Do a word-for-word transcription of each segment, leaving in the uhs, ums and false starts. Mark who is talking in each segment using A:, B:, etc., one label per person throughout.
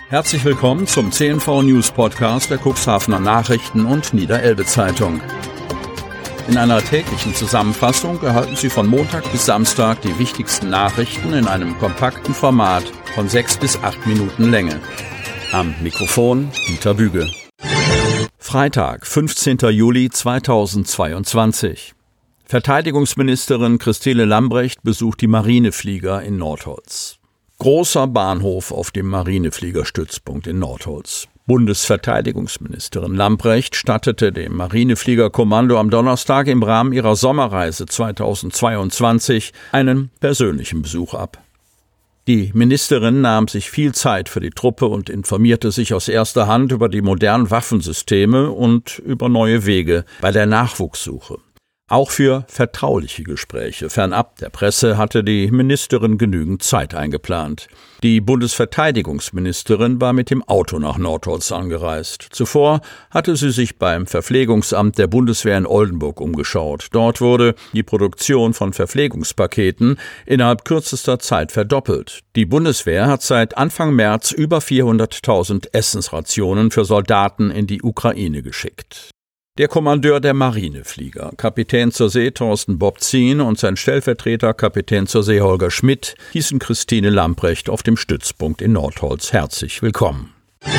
A: Herzlich willkommen zum C N V News Podcast der Cuxhavener Nachrichten und Niederelbe Zeitung. In einer täglichen Zusammenfassung erhalten Sie von Montag bis Samstag die wichtigsten Nachrichten in einem kompakten Format von sechs bis acht Minuten Länge. Am Mikrofon Dieter Büge. Freitag, fünfzehnter Juli zweitausendzweiundzwanzig. Verteidigungsministerin Christine Lambrecht besucht die Marineflieger in Nordholz. Großer Bahnhof auf dem Marinefliegerstützpunkt in Nordholz. Bundesverteidigungsministerin Lambrecht stattete dem Marinefliegerkommando am Donnerstag im Rahmen ihrer Sommerreise zweitausendzweiundzwanzig einen persönlichen Besuch ab. Die Ministerin nahm sich viel Zeit für die Truppe und informierte sich aus erster Hand über die modernen Waffensysteme und über neue Wege bei der Nachwuchssuche. Auch für vertrauliche Gespräche fernab der Presse hatte die Ministerin genügend Zeit eingeplant. Die Bundesverteidigungsministerin war mit dem Auto nach Nordholz angereist. Zuvor hatte sie sich beim Verpflegungsamt der Bundeswehr in Oldenburg umgeschaut. Dort wurde die Produktion von Verpflegungspaketen innerhalb kürzester Zeit verdoppelt. Die Bundeswehr hat seit Anfang März über vierhunderttausend Essensrationen für Soldaten in die Ukraine geschickt. Der Kommandeur der Marineflieger, Kapitän zur See Thorsten Bobzien und sein Stellvertreter Kapitän zur See Holger Schmidt hießen Christine Lambrecht auf dem Stützpunkt in Nordholz herzlich willkommen.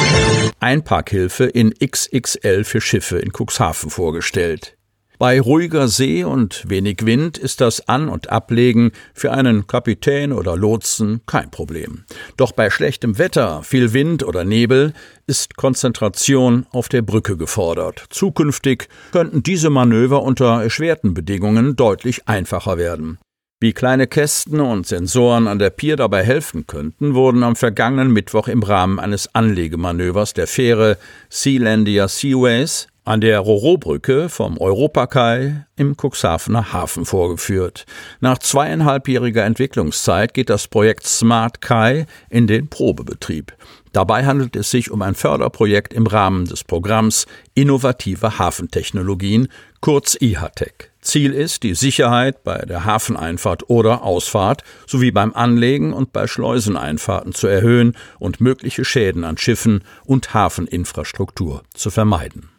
A: Einparkhilfe in X X L für Schiffe in Cuxhaven vorgestellt. Bei ruhiger See und wenig Wind ist das An- und Ablegen für einen Kapitän oder Lotsen kein Problem. Doch bei schlechtem Wetter, viel Wind oder Nebel ist Konzentration auf der Brücke gefordert. Zukünftig könnten diese Manöver unter erschwerten Bedingungen deutlich einfacher werden. Wie kleine Kästen und Sensoren an der Pier dabei helfen könnten, wurden am vergangenen Mittwoch im Rahmen eines Anlegemanövers der Fähre Sealandia Seaways an der Roro-Brücke vom Europakai im Cuxhavener Hafen vorgeführt. Nach zweieinhalbjähriger Entwicklungszeit geht das Projekt Smart Kai in den Probebetrieb. Dabei handelt es sich um ein Förderprojekt im Rahmen des Programms Innovative Hafentechnologien, kurz I H A T E C. Ziel ist, die Sicherheit bei der Hafeneinfahrt oder Ausfahrt sowie beim Anlegen und bei Schleuseneinfahrten zu erhöhen und mögliche Schäden an Schiffen und Hafeninfrastruktur zu vermeiden.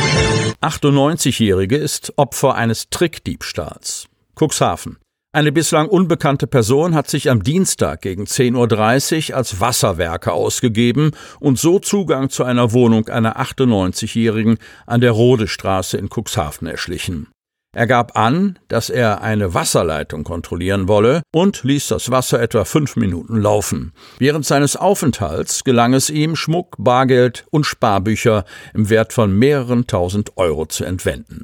A: achtundneunzigjährige ist Opfer eines Trickdiebstahls. Cuxhaven. Eine bislang unbekannte Person hat sich am Dienstag gegen zehn Uhr dreißig als Wasserwerker ausgegeben und so Zugang zu einer Wohnung einer achtundneunzigjährigen an der Rodestraße in Cuxhaven erschlichen. Er gab an, dass er eine Wasserleitung kontrollieren wolle und ließ das Wasser etwa fünf Minuten laufen. Während seines Aufenthalts gelang es ihm, Schmuck, Bargeld und Sparbücher im Wert von mehreren tausend Euro zu entwenden.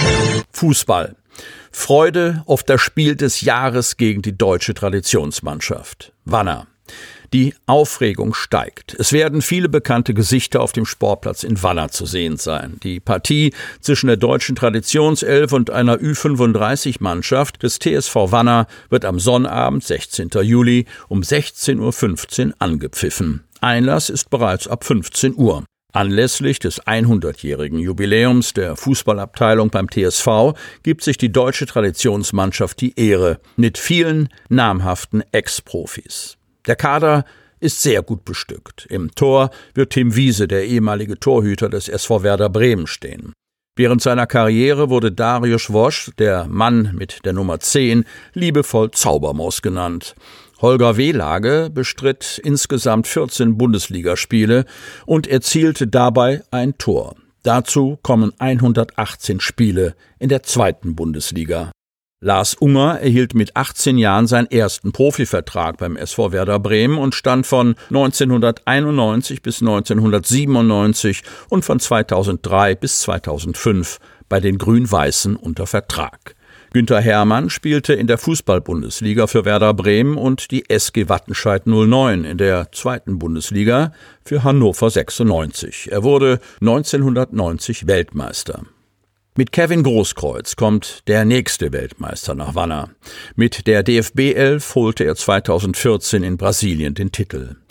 A: Fußball. Freude auf das Spiel des Jahres gegen die deutsche Traditionsmannschaft. Wanner. Die Aufregung steigt. Es werden viele bekannte Gesichter auf dem Sportplatz in Wanner zu sehen sein. Die Partie zwischen der deutschen Traditionself und einer Ü fünfunddreißig-Mannschaft des T S V Wanner wird am Sonnabend, sechzehnter Juli, um sechzehn Uhr fünfzehn angepfiffen. Einlass ist bereits ab fünfzehn Uhr. Anlässlich des hundertjährigen Jubiläums der Fußballabteilung beim T S V gibt sich die deutsche Traditionsmannschaft die Ehre mit vielen namhaften Ex-Profis. Der Kader ist sehr gut bestückt. Im Tor wird Tim Wiese, der ehemalige Torhüter des S V Werder Bremen, stehen. Während seiner Karriere wurde Dariusz Wosch, der Mann mit der Nummer zehn, liebevoll Zaubermaus genannt. Holger Wehlage bestritt insgesamt vierzehn Bundesligaspiele und erzielte dabei ein Tor. Dazu kommen hundertachtzehn Spiele in der zweiten Bundesliga. Lars Unger erhielt mit achtzehn Jahren seinen ersten Profivertrag beim S V Werder Bremen und stand von neunzehnhunderteinundneunzig bis neunzehnhundertsiebenundneunzig und von zweitausenddrei bis zweitausendfünf bei den Grün-Weißen unter Vertrag. Günter Herrmann spielte in der Fußball-Bundesliga für Werder Bremen und die S G Wattenscheid null neun in der zweiten Bundesliga für Hannover sechsundneunzig. Er wurde neunzehnhundertneunzig Weltmeister. Mit Kevin Großkreuz kommt der nächste Weltmeister nach Wanner. Mit der D F B elf holte er zweitausendvierzehn in Brasilien den Titel.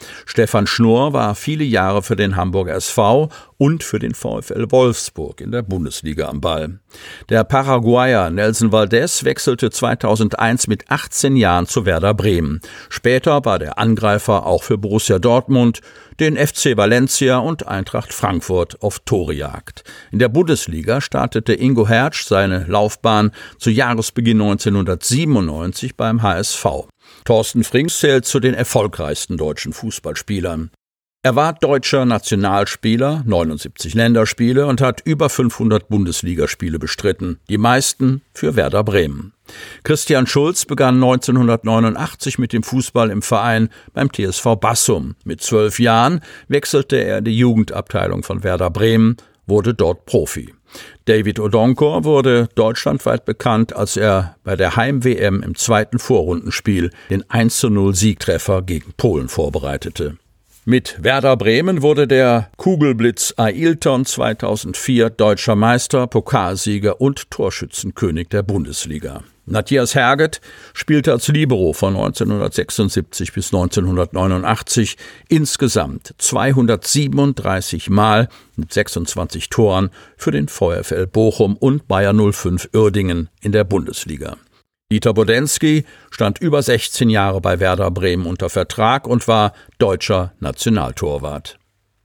A: Stefan Schnorr war viele Jahre für den Hamburger S V und für den VfL Wolfsburg in der Bundesliga am Ball. Der Paraguayer Nelson Valdez wechselte zweitausendeins mit achtzehn Jahren zu Werder Bremen. Später war der Angreifer auch für Borussia Dortmund, den F C Valencia und Eintracht Frankfurt auf Torejagd. In der Bundesliga startete Ingo Hertzsch seine Laufbahn zu Jahresbeginn neunzehnhundertsiebenundneunzig beim H S V. Thorsten Frings zählt zu den erfolgreichsten deutschen Fußballspielern. Er war deutscher Nationalspieler, neunundsiebzig Länderspiele und hat über fünfhundert Bundesligaspiele bestritten, die meisten für Werder Bremen. Christian Schulz begann neunzehnhundertneunundachtzig mit dem Fußball im Verein beim T S V Bassum. Mit zwölf Jahren wechselte er in die Jugendabteilung von Werder Bremen, wurde dort Profi. David Odonkor wurde deutschlandweit bekannt, als er bei der Heim-W M im zweiten Vorrundenspiel den eins zu null Siegtreffer gegen Polen vorbereitete. Mit Werder Bremen wurde der Kugelblitz Ailton zweitausendvier deutscher Meister, Pokalsieger und Torschützenkönig der Bundesliga. Matthias Herget spielte als Libero von neunzehnhundertsechsundsiebzig bis neunzehnhundertneunundachtzig insgesamt zweihundertsiebenunddreißig Mal mit sechsundzwanzig Toren für den VfL Bochum und Bayer null fünf Uerdingen in der Bundesliga. Dieter Bodensky stand über sechzehn Jahre bei Werder Bremen unter Vertrag und war deutscher Nationaltorwart.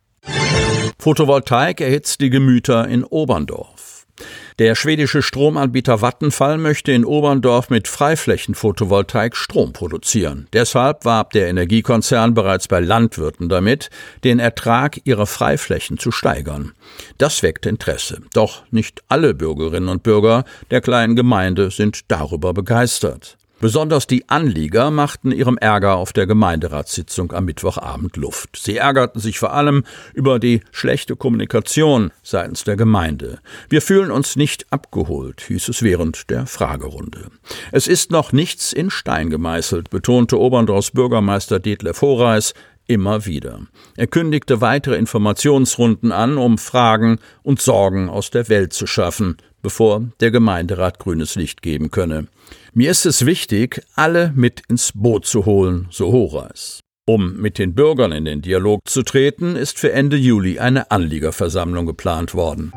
A: Photovoltaik erhitzt die Gemüter in Oberndorf. Der schwedische Stromanbieter Vattenfall möchte in Oberndorf mit Freiflächen-Photovoltaik Strom produzieren. Deshalb warb der Energiekonzern bereits bei Landwirten damit, den Ertrag ihrer Freiflächen zu steigern. Das weckt Interesse. Doch nicht alle Bürgerinnen und Bürger der kleinen Gemeinde sind darüber begeistert. Besonders die Anlieger machten ihrem Ärger auf der Gemeinderatssitzung am Mittwochabend Luft. Sie ärgerten sich vor allem über die schlechte Kommunikation seitens der Gemeinde. Wir fühlen uns nicht abgeholt, hieß es während der Fragerunde. Es ist noch nichts in Stein gemeißelt, betonte Oberndorfs Bürgermeister Detlef Horeis immer wieder. Er kündigte weitere Informationsrunden an, um Fragen und Sorgen aus der Welt zu schaffen, bevor der Gemeinderat grünes Licht geben könne. Mir ist es wichtig, alle mit ins Boot zu holen, so Horeis. Um mit den Bürgern in den Dialog zu treten, ist für Ende Juli eine Anliegerversammlung geplant worden.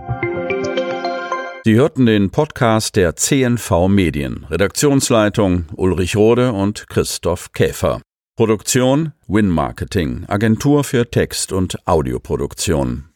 A: Sie hörten den Podcast der C N V Medien. Redaktionsleitung Ulrich Rode und Christoph Käfer. Produktion Win Marketing, Agentur für Text- und Audioproduktion.